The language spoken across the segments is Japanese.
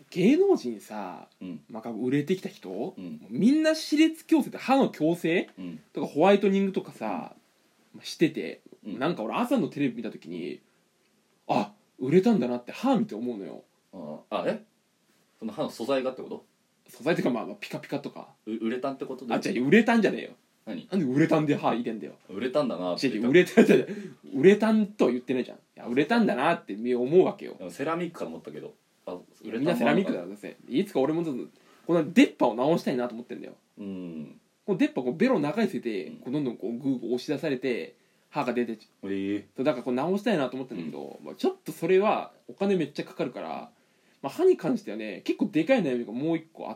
芸能人さ、まあ、売れてきた人、みんな歯列矯正って歯の矯正、とかホワイトニングとかさ、してて、なんか俺朝のテレビ見た時にあ売れたんだなって歯見て思うのよ。 その歯の素材がってこと？ 素材ってかまあピカピカとかウレタンってことで？ 違うウレタンじゃねえよ。 なんでウレタンで歯入れんだよ。 ウレタンだなって違うウレタンとは言ってないじゃん。いやウレタンだなって思うわけよ。 セラミックかと思ったけど、 みんなセラミックだからね。いつか俺もちょっとこの出っ歯を直したいなと思ってんだよ。この出っ歯ベロ長いせてどんどんこうグーグー押し出されて歯が出てだからこう直したいなと思ってんだけど、ちょっとそれはお金めっちゃかかるから、歯に関してはね結構でかい悩みがもう一個あって、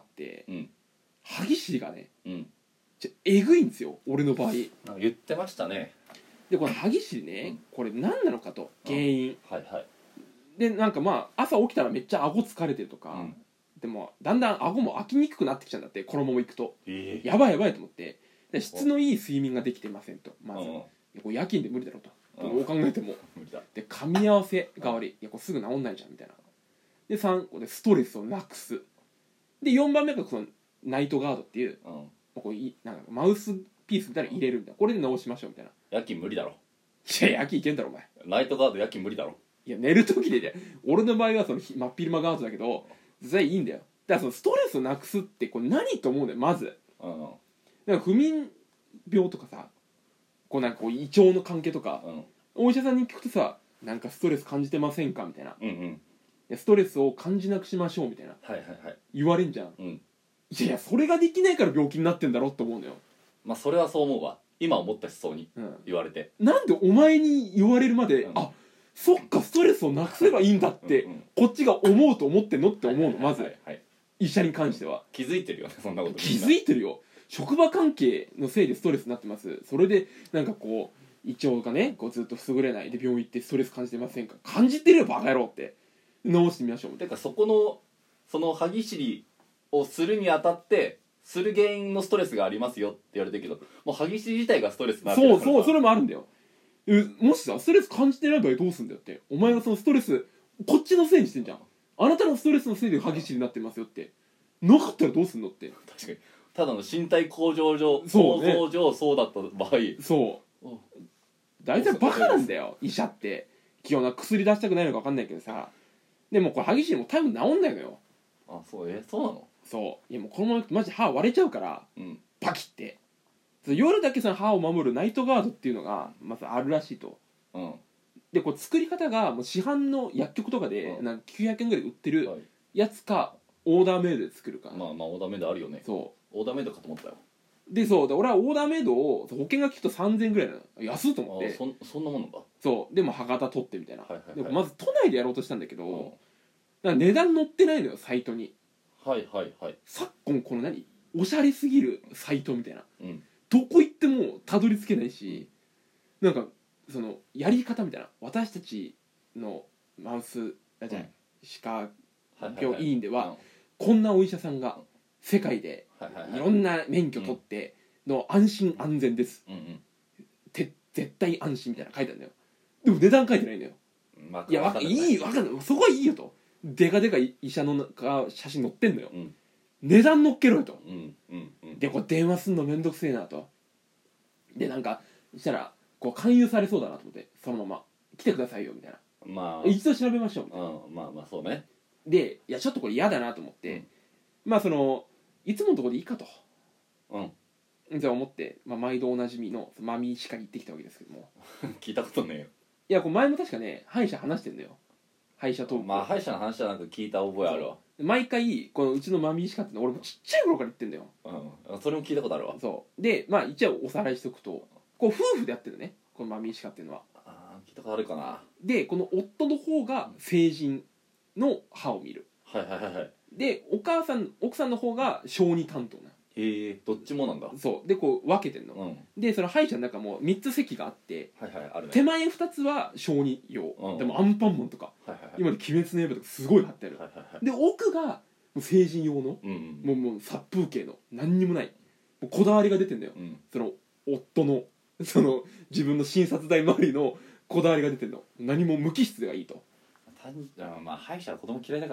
歯ぎしりがね、えぐいんですよ俺の場合。 言ってましたね。 でこの歯ぎしりね、これ何なのかと原因、でなんか朝起きたらめっちゃ顎疲れてるとか、でもだんだん顎も開きにくくなってきちゃうんだって、このままいくと、やばいやばいと思って、で質のいい睡眠ができてませんと、まずこれ夜勤で無理だろうと、どう考えてもで噛み合わせが悪い、いやこれすぐ治んないじゃんみたいな。で3個でストレスをなくす。で4番目がそのナイトガードっていう、こうなんかマウスピースみたいなの入れるんだ、これで直しましょうみたいな。 夜勤無理だろ。 いや夜勤いけんだろお前。 ナイトガード夜勤無理だろ。 いや寝る時でね、俺の場合はその真っ昼間ガードだけど実際いいんだよ。だからそのストレスをなくすってこれ何と思うんだよまず。なんか不眠病とかさ、こうなんかこう胃腸の関係とか、お医者さんに聞くとさ、なんかストレス感じてませんかみたいな、ストレスを感じなくしましょうみたいな、言われんじゃん。いやそれができないから病気になってんだろって思うのよ。 それはそう思うわ。今思ったしそうに言われて、 なんでお前に言われるまで、あそっかストレスをなくせばいいんだってこっちが思うと思ってんのって思うの。まず医者に関しては気づいてるよね、そんなこと。 気づいてるよ。職場関係のせいでストレスになってます。それでなんかこう胃腸がねこうずっと優れないで病院行ってストレス感じてませんか、感じてるよバカ野郎って直してみましょう。 てかその歯ぎしりをするにあたってする原因のストレスがありますよって言われてるけど、もう歯ぎしり自体がストレスになってるから。 そうそれもあるんだよ。もしさストレス感じてない場合どうすんだよって。お前がそのストレスこっちのせいにしてんじゃん。あなたのストレスのせいで歯ぎしりになってますよって。なかったらどうすんのって。 確かにただの身体構造上そうだった場合、 そう大体バカなんだよ医者って。基本は薬出したくないのか分かんないけどさ、でもこれ歯ぎしりも多分治んないのよ。 そうなの。 そういやもうこのままマジ歯割れちゃうから、パキって夜だけその歯を守るナイトガードっていうのがまずあるらしいと。でこう作り方がもう市販の薬局とかでなんか900円ぐらいで売ってるやつか、オーダーメイドで作るか。 オーダーメイドあるよね。オーダーメイドかと思ったよ。 で俺はオーダーメイドを保険が効くと3000円ぐらいなの。安いと思って。 そんなものか。 でも歯型取ってみたいな。でもまず都内でやろうとしたんだけど、なんか値段載ってないのよサイトに。昨今このおしゃれすぎるサイトみたいな、どこ行ってもたどり着けないし、なんかそのやり方みたいな、私たちのマウス歯科病院ではこんなお医者さんが世界でいろんな免許取っての安心安全です、絶対安心みたいな書いてあるんだよ。でも値段書いてないんだよ。いや分かんない、そこはいいよと。デカデカ医者の写真載ってんのよ、値段載っけろよと、でこれ電話すんのめんどくせえなと。でなんかしたらこう勧誘されそうだなと思って、そのまま来てくださいよみたいな、一度調べましょうみたいな。 そうね。 でいやちょっとこれ嫌だなと思って、そのいつものところでいいかと、じゃあ思って、毎度おなじみのマミー歯科に行ってきたわけですけども聞いたことねえよ。 いやこれ前も確かね歯医者話してんだよ、歯医者トーク。 歯医者の話はなんか聞いた覚えあるわ。 毎回このうちのマミー歯科っての俺もちっちゃい頃から言ってんだよ。 それも聞いたことあるわ。 で一応おさらいしておくと、こう夫婦でやってるのねこのマミー歯科っていうのは。 聞いたことあるかな。 でこの夫の方が成人の歯を見る。で奥さんの方が小児担当なの。 へえ、どっちもなんだ。 でこう分けてんの、でその歯医者の中も3つ席があって、 あるね。 手前2つは小児用、でもアンパンマンとか、今の鬼滅の刃とかすごい貼ってある、で奥がもう成人用の、もう殺風景の何にもないもうこだわりが出てんだよ、その夫のその自分の診察台周りのこだわりが出てんの。何も無機質がいいと。 歯医者は子供嫌いだから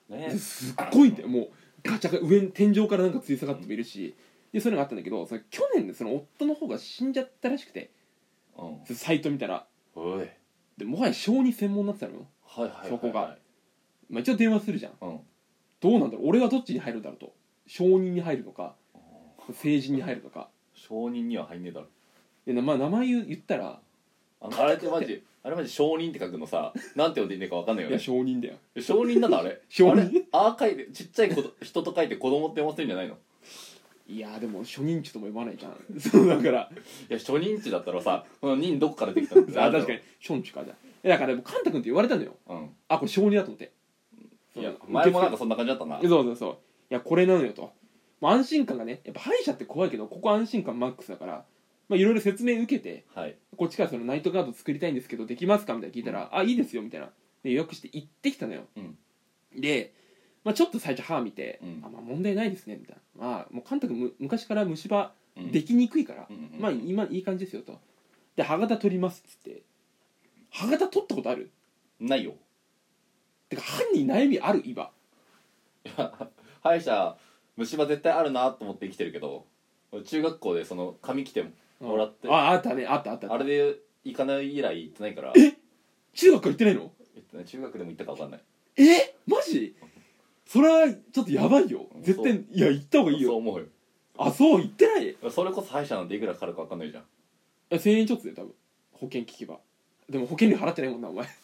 すっごいんだよ。もうガチャが上に天井からなんか吊り下がってもいるし、でそういうのがあったんだけど、それ去年でその夫の方が死んじゃったらしくて、サイト見たらでもはや小児専門になってたのよ、そこが。まあ、一応電話するじゃん、どうなんだろう、俺はどっちに入るんだろうと、承認に入るのか成人に入るのか。 承認には入んねえだろ。 で、まあ、名前言ったらあれってマジ承認って書くのさ、なんて呼んでいいのか分かんないよね。 いや承認だよ。 承認なのあれ承認。 アーカイブちっちゃい人と書いて子供って読ませるんじゃないの。 いやでも初任地とも読まないじゃん。そうだから、 いや初任地だったらさ、この任どこからできたのあ確かに初任地か。じゃだからでもカンタ君って言われたのよ、あこれ小児だと思って。 いや前もなんかそんな感じだったな。 そういやこれなのよと、まあ、安心感がね、やっぱ歯医者って怖いけどここ安心感マックスだから、まあ、いろいろ説明受けて、こっちからそのナイトガード作りたいんですけどできますかみたいな聞いたら、あいいですよみたいなで予約して行ってきたのよ、で、まあ、ちょっと最初歯見て、まあ問題ないですねみたいな、まあもうカンタ君昔から虫歯できにくいから、まあ今いい感じですよと。で歯型取りますっつって。歯型取ったことある？ ないよ。 てか歯に悩みある今？ いや歯医者虫歯絶対あるなと思って生きてるけど、中学校でその髪切ってもらって、 あったね、あったあれで行かない以来行ってないから。 中学から行ってないの？ 行ってない。中学でも行ったか分かんない。 マジ？それはちょっとやばいよ絶対。いや行った方がいいよ。 そう思うよ。 あそう行ってない？ それこそ歯医者なんていくらかかるか分かんないじゃん。 1000円ちょっとで多分保険聞けば。でも保険料払ってないもんなお前。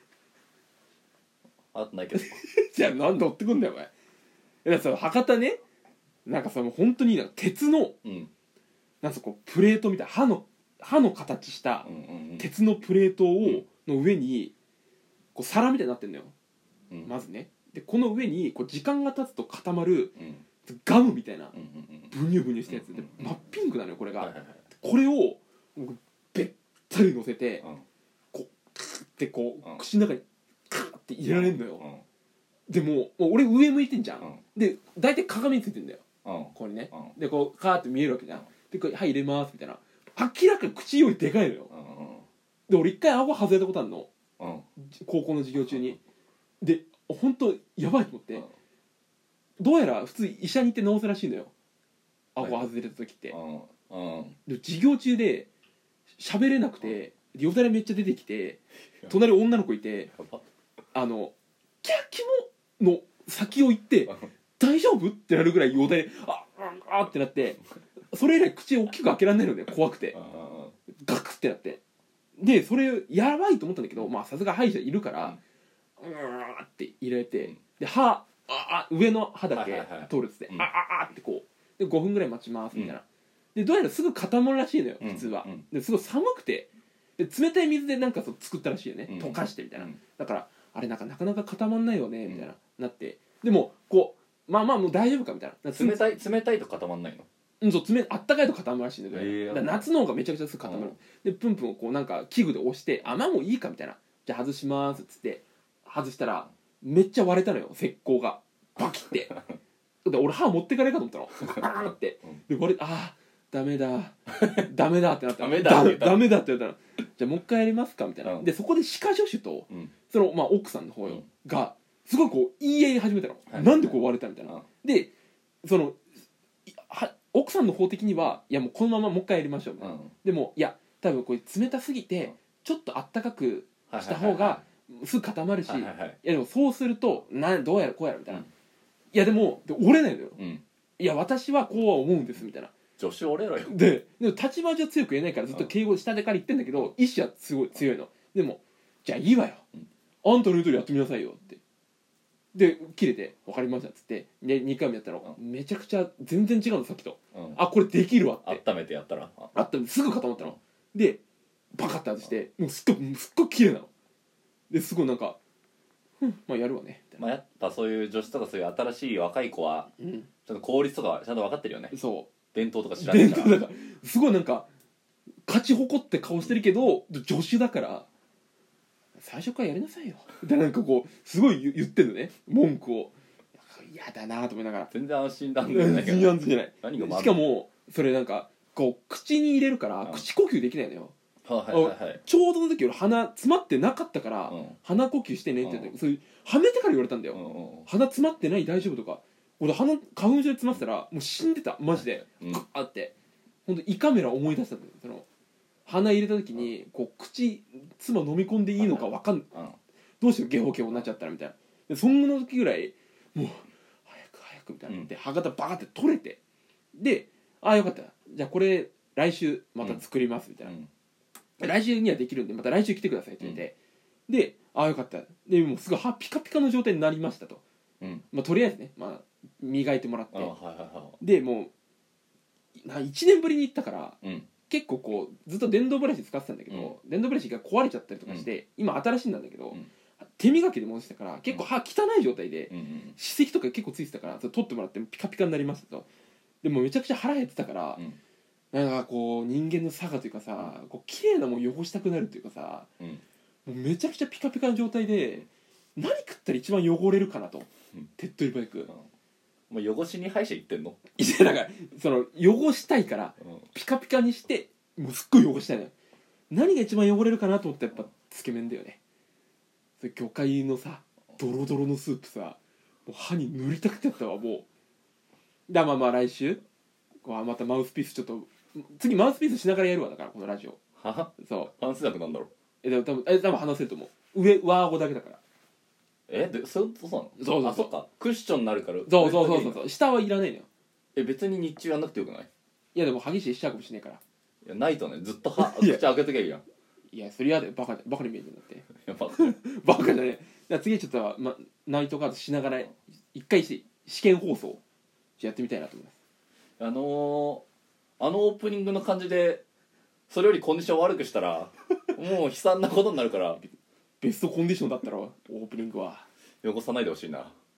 払ってないけど。 じゃあなんで追ってくんだよお前。だから博多ね、なんかその本当になんか鉄の、なんかこうプレートみたいな歯の形した鉄のプレートの上にこう皿みたいになってんのよ、まずね。でこの上にこう時間が経つと固まるガムみたいなブニュブニュしたやつで真っピンクなのよこれが。これをべったり乗せてこうってこう口の中にカーって入れられるのよ。でも俺上向いてんじゃん。で大体鏡についてんだよこれね。でこうカーって見えるわけじゃん。でこれはい入れますみたいな。明らかに口よりでかいのよ。で俺一回顎外れたことあるの、高校の授業中に。で本当やばいと思って、どうやら普通医者に行って治すらしいのよ顎外れた時って。で授業中で喋れなくてよだれめっちゃ出てきて、隣女の子いてキャキモの先を行って大丈夫ってなるぐらいよだれあってなって、それ以来口大きく開けられないので怖くてガクってなって、でそれやばいと思ったんだけど、まあさすが歯医者いるからって入れて、で上の歯だけ通るっつってってこうで5分ぐらい待ちますみたいな。でどうやらすぐ固まるらしいのよ普通は。ですごい寒くて、で冷たい水でなんか作ったらしいよね、溶かしてみたいな。だからあれなんかなかなか固まんないよねみたいななって、でもこうまあもう大丈夫かみたいな。 冷たいと固まんないの？ そうあったかいと固まるらしいんだけど、夏の方がめちゃくちゃすぐ固まる。でプンプンをこうなんか器具で押してまあもういいかみたいな、じゃあ外しますっつって外したらめっちゃ割れたのよ石膏がバキってで俺歯持ってかれるかと思ったのバーンってで割れダメだダメだってなったの。ダメだって言ったらじゃあもう一回やりますかみたいな。でそこで歯科助手とその奥さんの方がすごいこう言い合い始めたの。なんでこう割れたみたいな。でその奥さんの方的にはいやもうこのままもう一回やりましょうみたいな。でもいや多分これ冷たすぎてちょっとあったかくした方がすぐ固まるし、いやでもそうするとどうやらこうやらみたいな。いやでも折れないのよ。いや私はこうは思うんですみたいな。 助手折れろよ。 でも立場上強く言えないからずっと敬語で下でから言ってんだけど、意志はすごい強いの。でもじゃあいいわよ、あんたの言う通りやってみなさいよってで切れて分かりましたっつってで2回目やったらめちゃくちゃ全然違うのさっきと。これできるわって温めてやったらすぐ固まったの。でパカッて外してもうすっごい綺麗なのですごいなんかまあやるわねみたいな。 やっぱそういう女子とかそういう新しい若い子はちゃんと効率とかちゃんと分かってるよね。 そう伝統とか知らないから。 伝統だからすごいなんか勝ち誇って顔してるけど助手だから最初からやりなさいよでなんかこうすごい言ってんのね文句を。嫌だなと思いながら全然安心なんじゃないけど。全然安心じゃない。 何がしかもそれなんかこう口に入れるから口呼吸できないのよ。 はいはいはいはい、 ちょうどの時俺鼻詰まってなかったから、鼻呼吸してねって言って、そういうはめてから言われたんだよ、鼻詰まってない大丈夫とか。俺花粉症で詰まってたらもう死んでたマジで、グッあって本当胃カメラ思い出したんだよ。その鼻入れた時にこう口妻飲み込んでいいのか分かんない、どうしようゲホゲホになっちゃったらみたいな。でそんな時ぐらいもう早くみたいなって歯型バカって取れて、でよかった、じゃあこれ来週また作りますみたいな、来週にはできるんでまた来週来てくださいって言って、でよかった、でもうすぐ歯ピカピカの状態になりましたと、とりあえずね、磨いてもらって、でもう1年ぶりに行ったから、結構こうずっと電動ブラシ使ってたんだけど、電動ブラシが壊れちゃったりとかして、今新しいんだけど、手磨きで戻してたから結構歯汚い状態で、歯石とか結構ついてたから、それ取ってもらってピカピカになりましたと。でもめちゃくちゃ腹減ってたから、なんかこう人間の差がというかさ、こう綺麗なもん汚したくなるというかさ、もうめちゃくちゃピカピカな状態で何食ったら一番汚れるかなと、手っ取り早く。 もう汚しに歯医者行ってんの？ いやだからその汚したいからピカピカにしてもうすっごい汚したいのよ。何が一番汚れるかなと思ったらやっぱつけ麺だよね。それ魚介のさドロドロのスープさ、もう歯に塗りたくてやったわもう。だまあ来週またマウスピースちょっと次マウスピースしながらやるわ。だからこのラジオそう話せなくなんだろう。でも多分話せると思う。上顎だけだから。 でそうなの？ そうそっか、クッションになるから。 そう下はいらないのよ。 別に日中やんなくてよくない？ いやでも歯ぎしりしちゃうかもしれないから。 いやないとね、ずっと口開けときゃいいやん。 いやそれ嫌だよ、バカに見えるんだって。 いやバカじゃねえ。次ちょっと、ナイトガードしながら一回試験放送やってみたいなと思います。 オープニングの感じでそれよりコンディション悪くしたらもう悲惨なことになるからベストコンディションだったらオープニングは汚さないでほしいな。